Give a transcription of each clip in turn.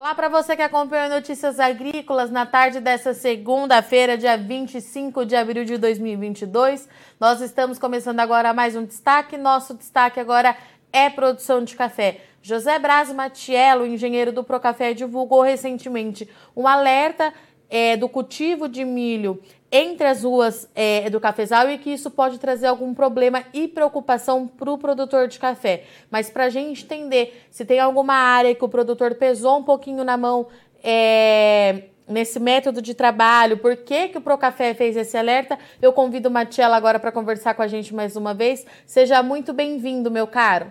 Olá para você que acompanha Notícias Agrícolas na tarde dessa segunda-feira, dia 25 de abril de 2022. Nós estamos começando agora mais um destaque. Nosso destaque agora é produção de café. José Braz Matiello, engenheiro do Procafé, divulgou recentemente um alerta do cultivo de milho entre as ruas do cafezal e que isso pode trazer algum problema e preocupação para o produtor de café. Mas para a gente entender se tem alguma área que o produtor pesou um pouquinho na mão nesse método de trabalho, por que o Procafé fez esse alerta, eu convido o Matiello agora para conversar com a gente mais uma vez. Seja muito bem-vindo, meu caro.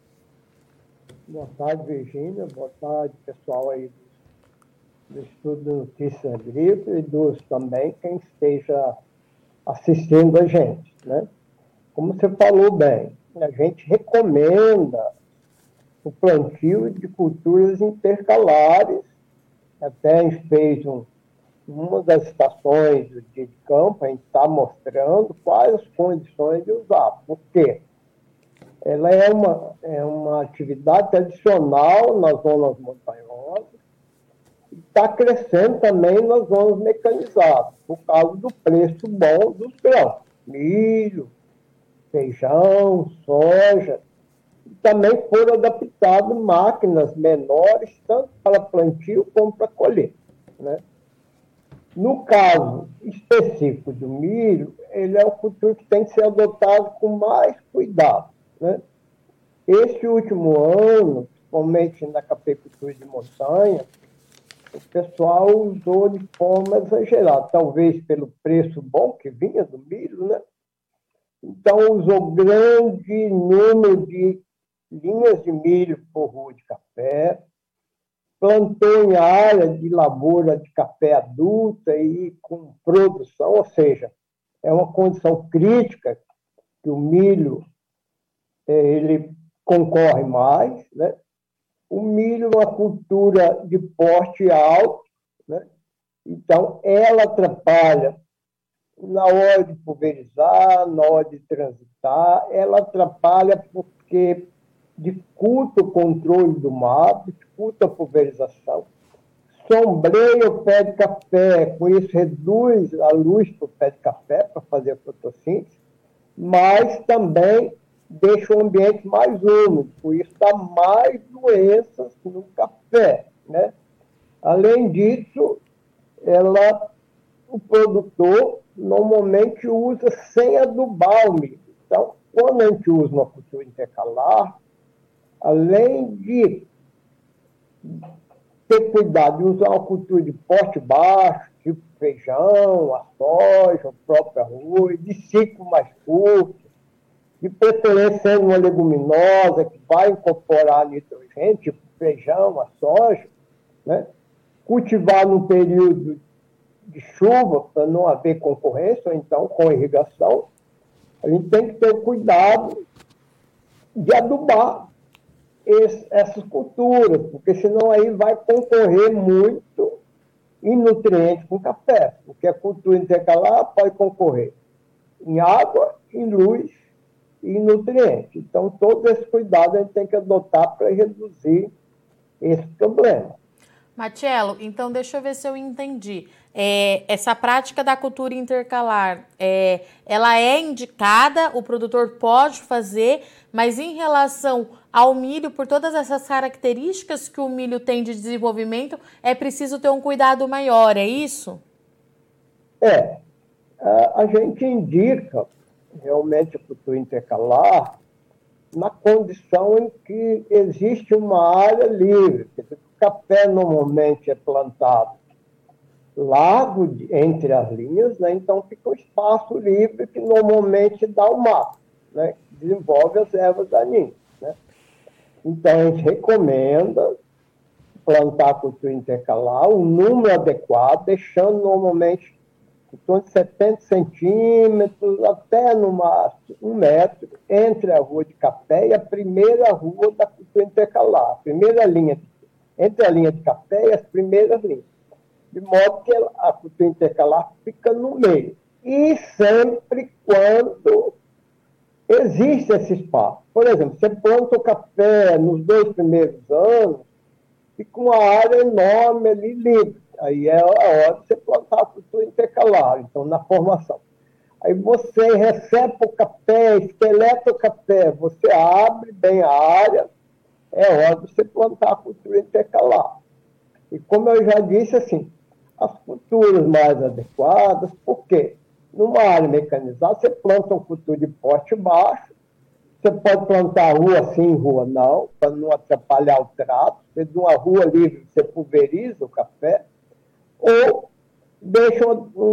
Boa tarde, Virgínia. Boa tarde, pessoal aí do Estudo de Notícias Agrícolas e dos também quem esteja assistindo a gente, né? Como você falou bem, a gente recomenda o plantio de culturas intercalares. Até a gente fez uma das estações de campo, a gente está mostrando quais as condições de usar. Por quê? Ela é uma atividade tradicional nas zonas montanhosas e está crescendo também nas zonas mecanizadas, por causa do preço bom dos grãos, milho, feijão, soja. E também foram adaptadas máquinas menores, tanto para plantio como para colher, né? No caso específico do milho, ele é um cultivo que tem que ser adotado com mais cuidado, né? Esse último ano, principalmente na cafeicultura de montanha, o pessoal usou de forma exagerada, talvez pelo preço bom que vinha do milho, né? Então, usou grande número de linhas de milho por rua de café, plantou em área de lavoura de café adulta e com produção, ou seja, é uma condição crítica que o milho ele concorre mais, né? O milho é uma cultura de porte alto, né? Então ela atrapalha na hora de pulverizar, na hora de transitar, ela atrapalha porque dificulta o controle do mato, dificulta a pulverização, sombreia o pé de café, com isso reduz a luz para o pé de café para fazer a fotossíntese, mas também deixa o ambiente mais úmido, por isso dá mais doenças no café, né? Além disso, o produtor normalmente usa sem adubar o milho. Então, quando a gente usa uma cultura intercalar, além de ter cuidado de usar uma cultura de porte baixo, tipo feijão, a soja, o próprio arroz, de ciclo mais curto, de preferência sendo uma leguminosa que vai incorporar nitrogênio, tipo feijão, a soja, né? Cultivar no período de chuva, para não haver concorrência, ou então com irrigação, a gente tem que ter cuidado de adubar essas culturas, porque senão aí vai concorrer muito em nutrientes com café, porque a cultura intercalar pode concorrer em água, em luz e em nutrientes. Então, todo esse cuidado a gente tem que adotar para reduzir esse problema. Matiello, então deixa eu ver se eu entendi. Essa prática da cultura intercalar, ela é indicada, o produtor pode fazer, mas em relação ao milho, por todas essas características que o milho tem de desenvolvimento, é preciso ter um cuidado maior, é isso? A gente indica realmente a cultura intercalar na condição em que existe uma área livre. O café normalmente é plantado largo entre as linhas, né? Então fica um espaço livre que normalmente dá o mato, né? Desenvolve as ervas daninhas, né? Então a gente recomenda plantar a cultura intercalar, o número adequado, deixando normalmente em torno de 70 centímetros até no máximo 1 metro entre a rua de café e a primeira rua da cultura intercalar, a primeira linha, entre a linha de café e as primeiras linhas, de modo que a cultura intercalar fica no meio. E sempre quando existe esse espaço. Por exemplo, você planta o café nos 2 primeiros anos, fica uma área enorme ali livre. Aí é a hora de você plantar a cultura intercalar, então na formação. Aí você recebe o café, esqueleta o café, você abre bem a área, é hora de você plantar a cultura intercalar. E como eu já disse, assim, as culturas mais adequadas, por quê? Numa área mecanizada, você planta uma cultura de porte baixo, você pode plantar rua sim, rua não, para não atrapalhar o trato. Você, de uma rua livre, você pulveriza o café, ou deixa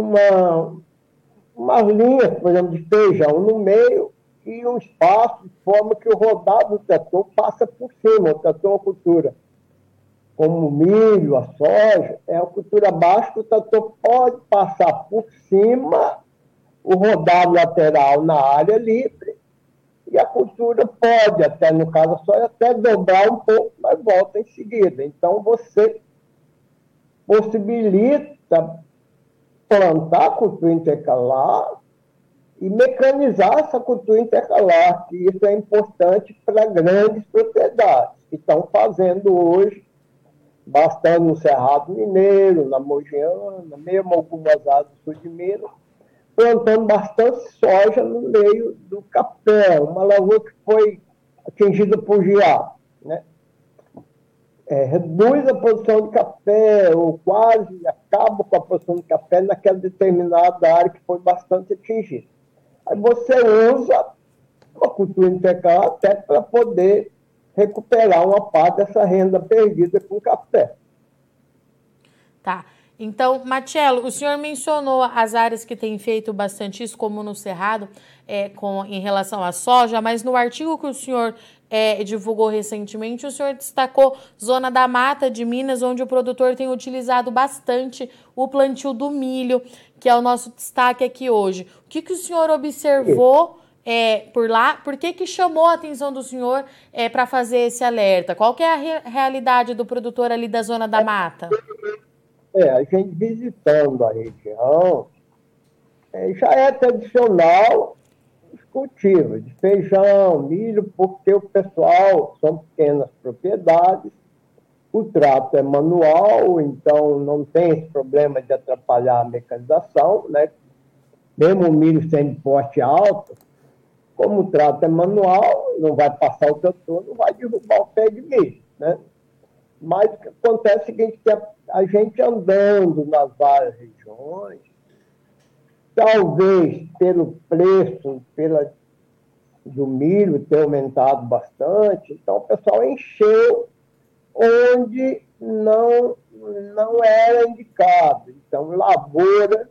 umas linhas, por exemplo, de feijão no meio e um espaço de forma que o rodado do trator passa por cima. O trator é uma cultura como o milho, a soja, é uma cultura baixa que o trator pode passar por cima o rodado lateral na área livre e a cultura pode, até no caso da soja, até dobrar um pouco, mas volta em seguida. Então, você possibilita plantar a cultura intercalar e mecanizar essa cultura intercalar, que isso é importante para grandes propriedades, que estão fazendo hoje, bastante no Cerrado Mineiro, na Mogiana, mesmo algumas áreas do sul de Minas, plantando bastante soja no meio do café, uma lavoura que foi atingida por geada, né? Reduz a produção de café, ou quase acaba com a produção de café naquela determinada área que foi bastante atingida. Aí você usa uma cultura intercalar até para poder recuperar uma parte dessa renda perdida com o café. Tá. Então, Marcelo, o senhor mencionou as áreas que têm feito bastante isso, como no Cerrado, em relação à soja, mas no artigo que o senhor divulgou recentemente, o senhor destacou Zona da Mata de Minas, onde o produtor tem utilizado bastante o plantio do milho, que é o nosso destaque aqui hoje. O que o senhor observou por lá? Por que chamou a atenção do senhor para fazer esse alerta? Qual que é a realidade do produtor ali da Zona da Mata? A gente visitando a região, já é tradicional os cultivos de feijão, milho, porque o pessoal são pequenas propriedades, o trato é manual, então não tem esse problema de atrapalhar a mecanização, né? Mesmo o milho sendo porte alto, como o trato é manual, não vai passar o trator, não vai derrubar o pé de milho, né? Mas o que acontece é o seguinte, que a gente andando nas várias regiões, talvez pelo preço do milho ter aumentado bastante, então o pessoal encheu onde não era indicado. Então, lavoura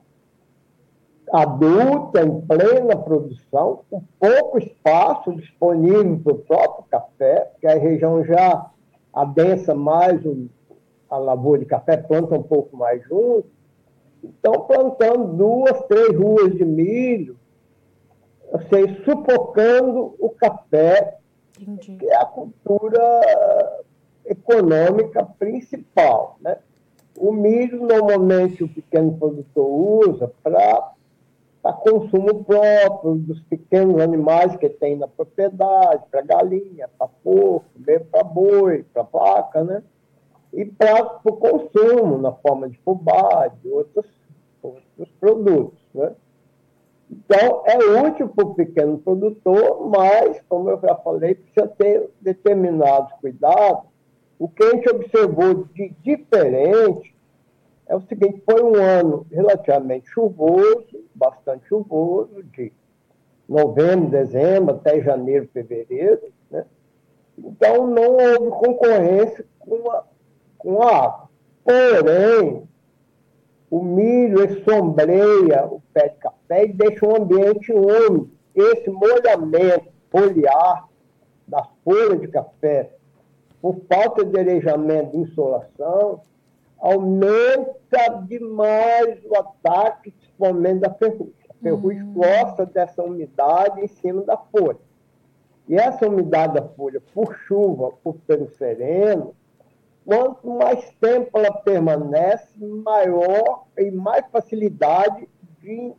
adulta, em plena produção, com pouco espaço disponível para o próprio café, porque a região já adensa mais a lavoura de café, planta um pouco mais junto. Então, plantando 2, 3 ruas de milho, ou seja, sufocando o café, Entendi. que é a cultura econômica principal, né? O milho, normalmente, o pequeno produtor usa para consumo próprio dos pequenos animais que tem na propriedade, para galinha, para porco, para boi, para vaca, né? E para o consumo, na forma de fubá, de outros produtos, né? Então, é útil para o pequeno produtor, mas, como eu já falei, precisa ter determinados cuidados. O que a gente observou de diferente é o seguinte: foi um ano relativamente chuvoso, bastante chuvoso, de novembro, dezembro até janeiro, fevereiro, né? Então, não houve concorrência com a água. Porém, o milho sombreia o pé de café e deixa um ambiente úmido. Esse molhamento foliar das folhas de café, por falta de arejamento de insolação, aumenta demais o ataque, principalmente da ferrugem. A ferrugem gosta dessa umidade em cima da folha. E essa umidade da folha, por chuva, por tempo sereno, quanto mais tempo ela permanece, maior e mais facilidade de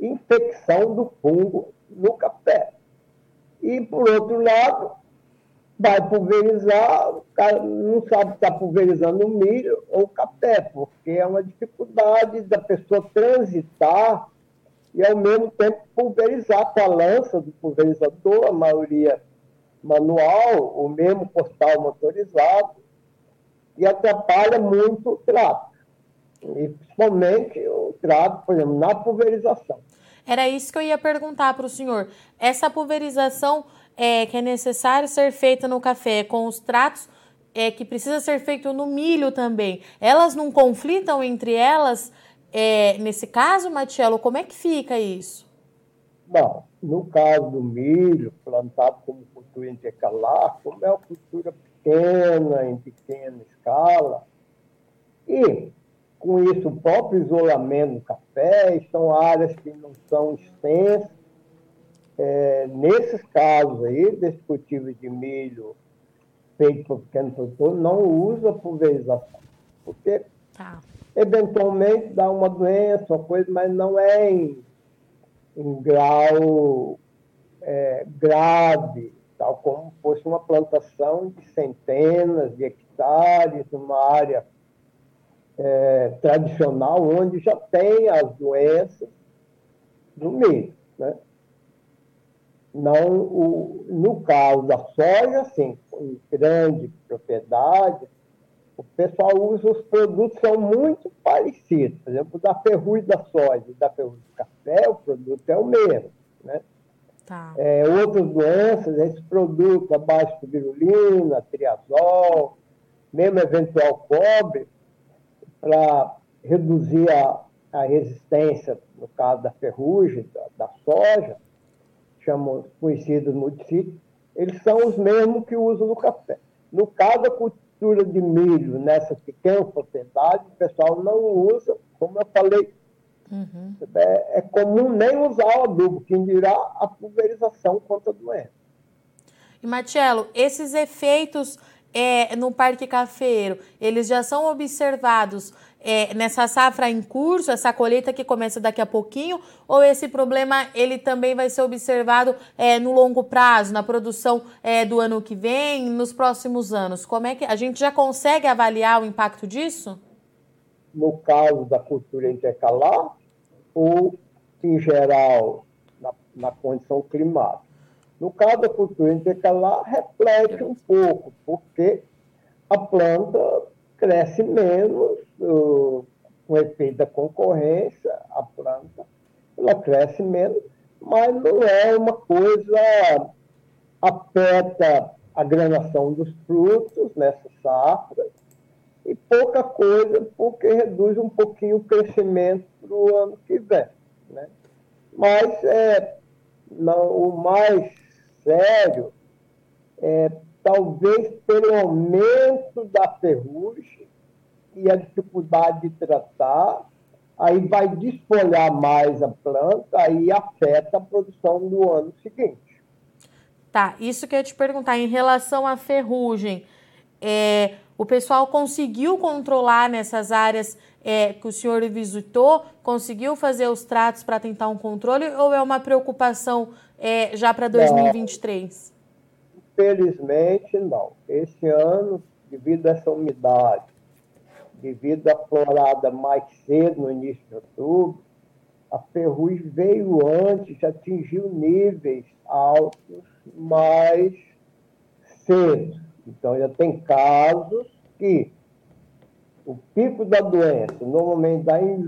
infecção do fungo no café. E, por outro lado, vai pulverizar, o cara não sabe se está pulverizando o milho ou o café, porque é uma dificuldade da pessoa transitar e, ao mesmo tempo, pulverizar com a lança do pulverizador, a maioria manual, ou mesmo postal motorizado, e atrapalha muito o trato, e principalmente o trato, por exemplo, na pulverização. Era isso que eu ia perguntar para o senhor. Essa pulverização que é necessário ser feita no café, com os tratos que precisa ser feito no milho também, elas não conflitam entre elas? Nesse caso, Matiello, como é que fica isso? Bom, no caso do milho, plantado como cultura intercalar, como é uma cultura pequena, em pequena escala, e com isso o próprio isolamento do café, são áreas que não são extensas. Nesses casos aí, desse cultivo de milho feito por pequeno produtor, não usa pulverização, porque eventualmente dá uma doença, uma coisa, mas não é em grau grave, tal como fosse uma plantação de centenas de hectares, numa área tradicional, onde já tem as doenças do milho, né? Não, no caso da soja, sim, em grande propriedade, o pessoal usa os produtos, são muito parecidos. Por exemplo, da ferrugem da soja e da ferrugem do café, o produto é o mesmo, né? Outras doenças, esse produto abaixo de virulina, triazol, mesmo eventual cobre, para reduzir a resistência, no caso da ferrugem, da soja, chamam conhecidos multissítios, eles são os mesmos que usam no café. No caso da cultura de milho, nessas pequenas propriedades, o pessoal não usa, como eu falei, é comum nem usar o adubo, quem dirá a pulverização contra a doença. E, Matiello, esses efeitos no Parque Cafeiro, eles já são observados nessa safra em curso, essa colheita que começa daqui a pouquinho, ou esse problema ele também vai ser observado no longo prazo, na produção do ano que vem, nos próximos anos? Como é que a gente já consegue avaliar o impacto disso? No caso da cultura intercalar, ou, em geral, na condição climática. No caso da cultura intercalar, reflete um pouco, porque a planta cresce menos, com efeito da concorrência, a planta ela cresce menos, mas não é uma coisa afeta a granação dos frutos nessa safra, e pouca coisa, porque reduz um pouquinho o crescimento para o ano que vem, né? Mas o mais sério talvez pelo aumento da ferrugem e a dificuldade de tratar, aí vai desfolhar mais a planta, aí afeta a produção do ano seguinte. Tá, isso que eu ia te perguntar, em relação à ferrugem, o pessoal conseguiu controlar nessas áreas que o senhor visitou, conseguiu fazer os tratos para tentar um controle, ou é uma preocupação já para 2023? Infelizmente, não. Esse ano, devido a essa umidade, devido à florada mais cedo, no início de outubro, a ferrugem veio antes, já atingiu níveis altos mais cedo. Então, já tem casos que o pico da doença normalmente dá em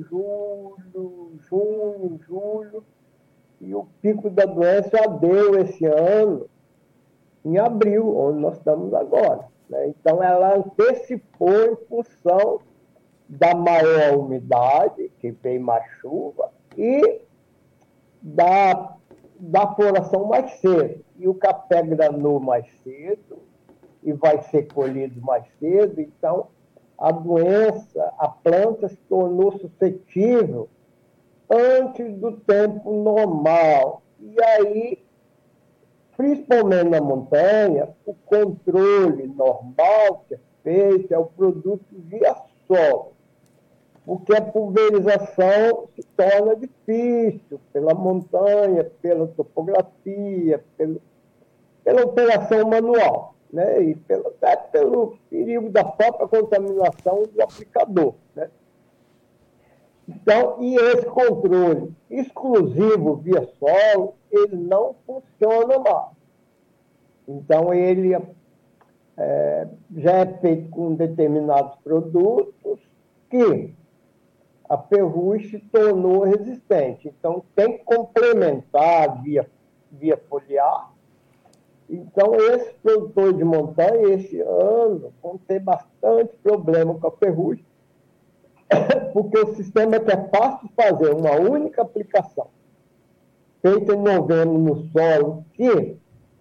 junho, julho, e o pico da doença já deu esse ano em abril, onde nós estamos agora, né? Então, ela antecipou em função da maior umidade, que veio mais chuva, e da floração mais cedo. E o café granou mais cedo e vai ser colhido mais cedo, então a doença, a planta se tornou suscetível antes do tempo normal. E aí, principalmente na montanha, o controle normal que é feito é o produto via solo, porque a pulverização se torna difícil pela montanha, pela topografia, pela operação manual. né? E até pelo perigo da própria contaminação do aplicador, né? Então, e esse controle exclusivo via solo, ele não funciona mais. Então, ele já é feito com determinados produtos que a ferrugem se tornou resistente. Então, tem que complementar via foliar. Então, esses produtores de montanha, esse ano, vão ter bastante problema com a ferrugem, porque o sistema que é fácil de fazer, uma única aplicação, feita em novembro no solo, que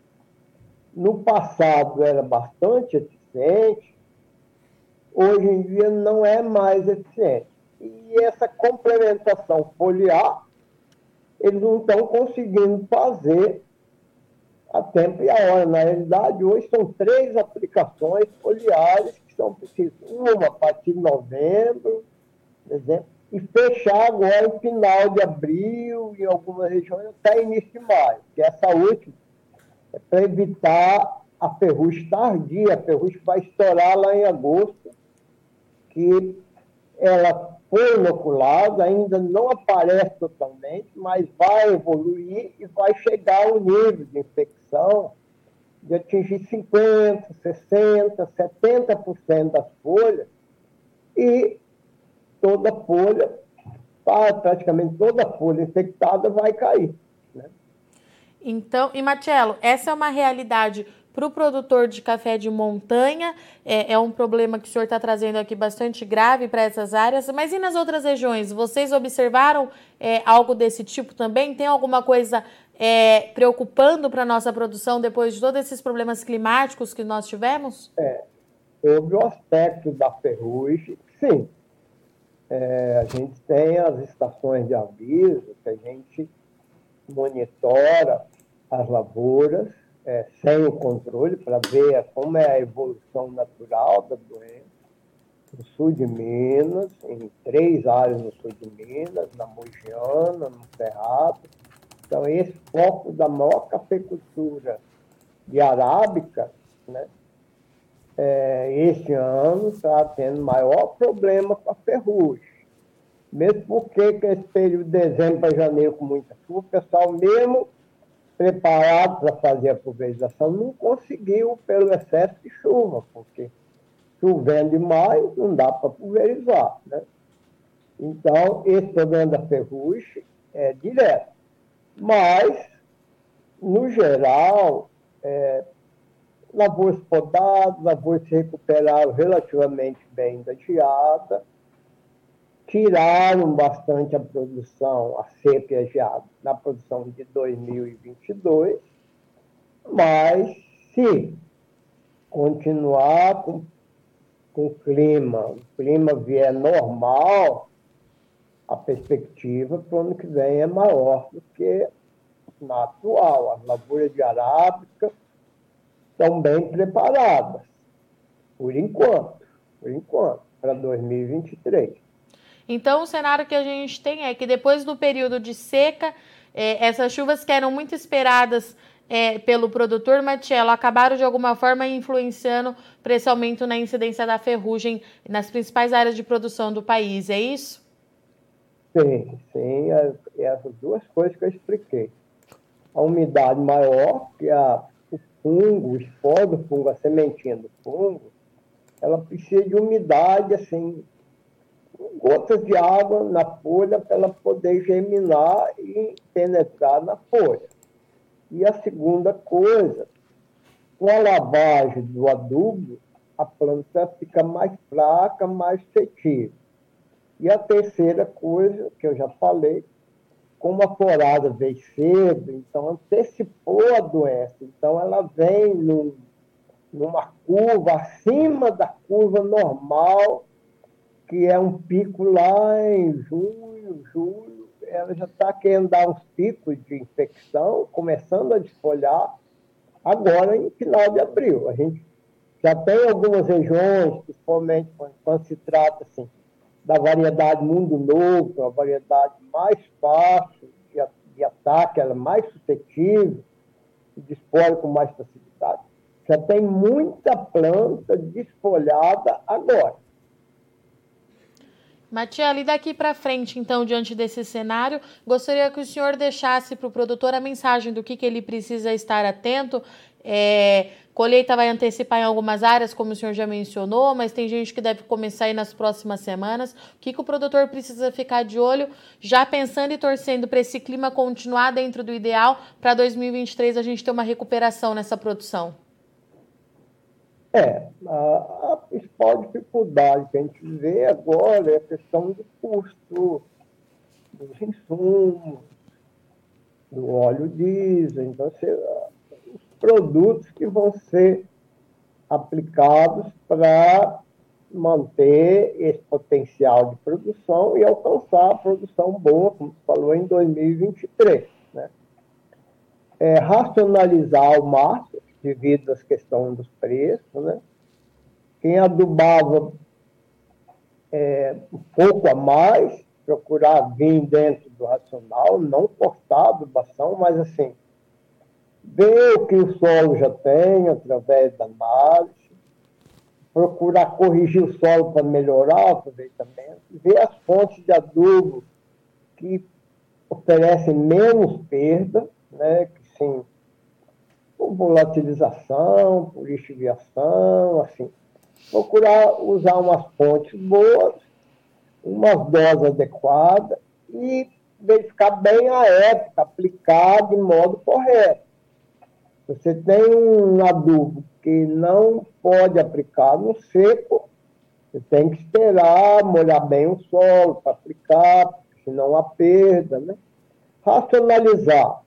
no passado era bastante eficiente, hoje em dia não é mais eficiente. E essa complementação foliar, eles não estão conseguindo fazer a tempo e a hora. Na realidade, hoje são 3 aplicações foliares que são precisas. Uma a partir de novembro, dezembro, e fechar agora no final de abril, em algumas regiões, até início de maio, que essa última é para evitar a ferrugem tardia. A ferrugem vai estourar lá em agosto, que ela foi inoculada, ainda não aparece totalmente, mas vai evoluir e vai chegar ao nível de infecção de atingir 50%, 60%, 70% das folhas, e toda folha, praticamente toda folha infectada vai cair, né? Então, e Marcelo, essa é uma realidade para o produtor de café de montanha, é um problema que o senhor está trazendo aqui bastante grave para essas áreas, mas e nas outras regiões? Vocês observaram algo desse tipo também? Tem alguma coisa preocupando para a nossa produção depois de todos esses problemas climáticos que nós tivemos? Sobre o aspecto da ferrugem, sim. A gente tem as estações de aviso, que a gente monitora as lavouras, sem o controle, para ver como é a evolução natural da doença. No sul de Minas, em 3 áreas no sul de Minas, na Mogiana, no Cerrado. Então, esse foco da maior cafeicultura de arábica, né, este ano está tendo maior problema com a ferrugem. Mesmo porque, com esse período de dezembro para janeiro, com muita chuva, o pessoal mesmo preparado para fazer a pulverização não conseguiu pelo excesso de chuva, porque chovendo demais não dá para pulverizar, né? Então, esse problema da ferrugem é direto. Mas, no geral, lavouras podadas, lavouras se recuperaram relativamente bem da geada, tiraram bastante a produção, a seca e a geada, na produção de 2022, mas se continuar com o clima vier normal, a perspectiva para o ano que vem é maior do que na atual. As lavouras de arábica estão bem preparadas, por enquanto, para 2023. Então, o cenário que a gente tem é que depois do período de seca, essas chuvas que eram muito esperadas pelo produtor, Marcelo, acabaram de alguma forma influenciando para esse aumento na incidência da ferrugem nas principais áreas de produção do país, é isso? Sim, essas 2 coisas que eu expliquei. A umidade maior, que o fungo, o esporo do fungo, a sementinha do fungo, ela precisa de umidade, assim, gotas de água na folha para ela poder germinar e penetrar na folha. E a segunda coisa, com a lavagem do adubo, a planta fica mais fraca, mais suscetível. E a terceira coisa, que eu já falei, como a florada veio cedo, então antecipou a doença. Então ela vem numa curva acima da curva normal, que é um pico lá em junho, julho, ela já está querendo dar uns picos de infecção, começando a desfolhar, agora em final de abril. A gente já tem algumas regiões, principalmente quando se trata assim, da variedade Mundo Novo, que é uma variedade mais fácil de ataque, ela é mais suscetível, se dispõe com mais facilidade. Já tem muita planta desfolhada agora. Matiello, e daqui para frente, então, diante desse cenário, gostaria que o senhor deixasse para o produtor a mensagem do que ele precisa estar atento. Colheita vai antecipar em algumas áreas, como o senhor já mencionou, mas tem gente que deve começar aí nas próximas semanas. O que o produtor precisa ficar de olho, já pensando e torcendo para esse clima continuar dentro do ideal, para 2023 a gente ter uma recuperação nessa produção? A principal dificuldade que a gente vê agora é a questão do custo dos insumos, do óleo diesel. Então, os produtos que vão ser aplicados para manter esse potencial de produção e alcançar a produção boa, como você falou, em 2023. Né? Racionalizar ao máximo, devido às questões dos preços. Né? Quem adubava um pouco a mais, procurar vir dentro do racional, não cortar a adubação, mas assim, ver o que o solo já tem através da análise, procurar corrigir o solo para melhorar o aproveitamento, ver as fontes de adubo que oferecem menos perda, né, que sim, por volatilização, por lixiviação, assim. Procurar usar umas fontes boas, umas doses adequadas e verificar bem a época, aplicar de modo correto. Você tem um adubo que não pode aplicar no seco, você tem que esperar molhar bem o solo para aplicar, senão há perda. Né? Racionalizar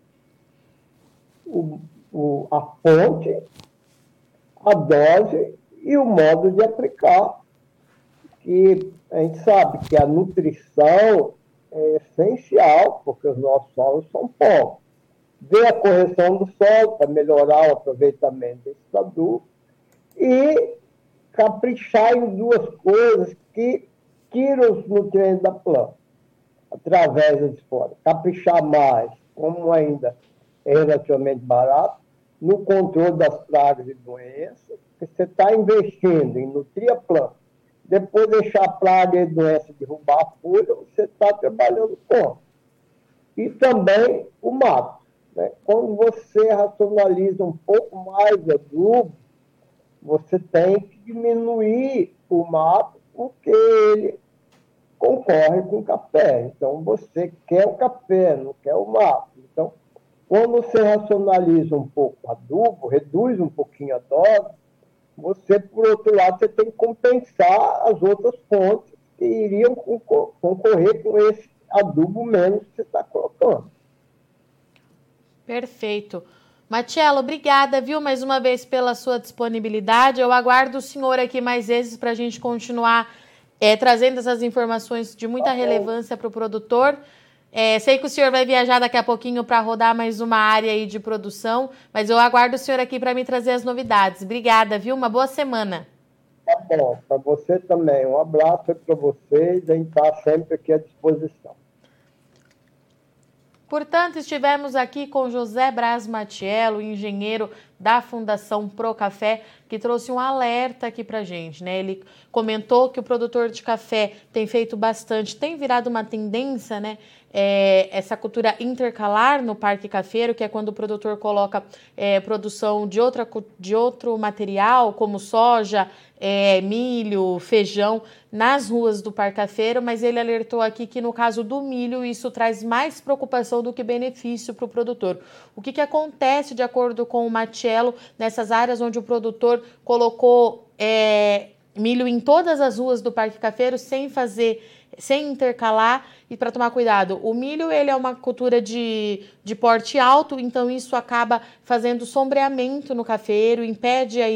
a fonte, a dose e o modo de aplicar, que a gente sabe que a nutrição é essencial, porque os nossos solos são pobres. Ver a correção do solo para melhorar o aproveitamento desse adubo e caprichar em duas coisas que tiram os nutrientes da planta, através da desfora. Caprichar mais, como ainda é relativamente barato, no controle das pragas e doenças, porque você está investindo em nutrir a planta, depois deixar a praga e doença derrubar a folha, você está trabalhando com. E também o mato. Né? Quando você racionaliza um pouco mais o adubo, você tem que diminuir o mato, porque ele concorre com o café. Então, você quer o café, não quer o mato. Então, quando você racionaliza um pouco o adubo, reduz um pouquinho a dose, você, por outro lado, você tem que compensar as outras fontes que iriam concorrer com esse adubo menos que você está colocando. Perfeito. Matiello, obrigada, viu, mais uma vez pela sua disponibilidade. Eu aguardo o senhor aqui mais vezes para a gente continuar trazendo essas informações de muita relevância para o produtor. Sei que o senhor vai viajar daqui a pouquinho para rodar mais uma área aí de produção, mas eu aguardo o senhor aqui para me trazer as novidades. Obrigada, viu? Uma boa semana. Tá bom, para você também. Um abraço para vocês, a gente está sempre aqui à disposição. Portanto, estivemos aqui com José Braz Matiello, engenheiro da Fundação Procafé, que trouxe um alerta aqui para a gente, né? Ele comentou que o produtor de café tem feito bastante, tem virado uma tendência, né? Essa cultura intercalar no parque cafeiro, que é quando o produtor coloca produção de outro material, como soja, milho, feijão, nas ruas do parque cafeiro, mas ele alertou aqui que no caso do milho isso traz mais preocupação do que benefício para o produtor. O que acontece de acordo com o Matiello nessas áreas onde o produtor colocou milho em todas as ruas do parque cafeiro sem intercalar, e para tomar cuidado, o milho ele é uma cultura de porte alto, então isso acaba fazendo sombreamento no cafeiro, impede aí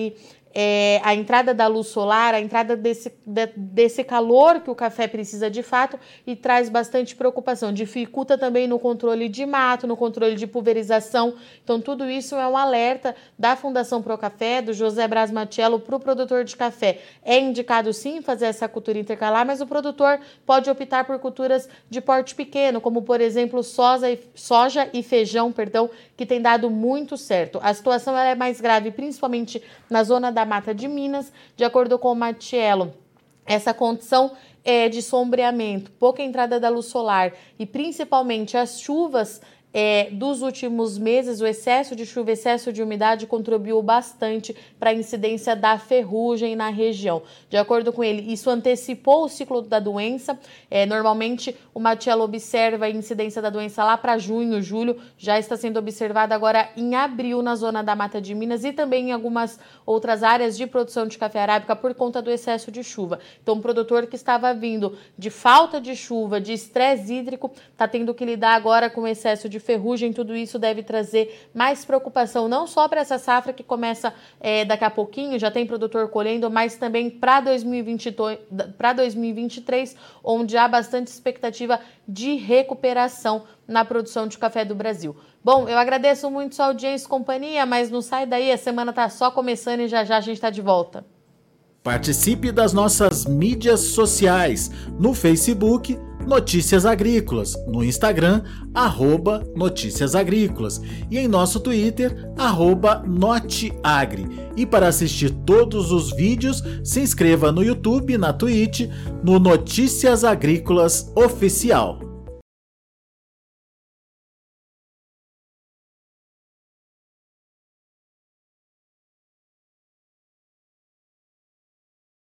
a entrada da luz solar, a entrada desse calor que o café precisa de fato e traz bastante preocupação. Dificulta também no controle de mato, no controle de pulverização. Então, tudo isso é um alerta da Fundação Procafé, do José Braz Machello, para o produtor de café. É indicado sim fazer essa cultura intercalar, mas o produtor pode optar por culturas de porte pequeno, como por exemplo soja e feijão, que tem dado muito certo. A situação ela é mais grave, principalmente na zona da Mata de Minas, de acordo com o Machello. Essa condição de sombreamento, pouca entrada da luz solar e principalmente as chuvas dos últimos meses, o excesso de chuva, excesso de umidade contribuiu bastante para a incidência da ferrugem na região. De acordo com ele, isso antecipou o ciclo da doença. Normalmente, o Machello observa a incidência da doença lá para junho, julho, já está sendo observada agora em abril na zona da Mata de Minas e também em algumas outras áreas de produção de café arábica por conta do excesso de chuva. Então, o produtor que estava vindo de falta de chuva, de estresse hídrico, está tendo que lidar agora com o excesso de ferrugem. Tudo isso deve trazer mais preocupação, não só para essa safra que começa daqui a pouquinho, já tem produtor colhendo, mas também para 2023, onde há bastante expectativa de recuperação na produção de café do Brasil. Bom, eu agradeço muito sua audiência e companhia, mas não sai daí, a semana está só começando e já já a gente está de volta. Participe das nossas mídias sociais, no Facebook, Notícias Agrícolas, no Instagram, @Notícias Agrícolas e em nosso Twitter, @Noteagri. E para assistir todos os vídeos, se inscreva no YouTube, na Twitch, no Notícias Agrícolas Oficial.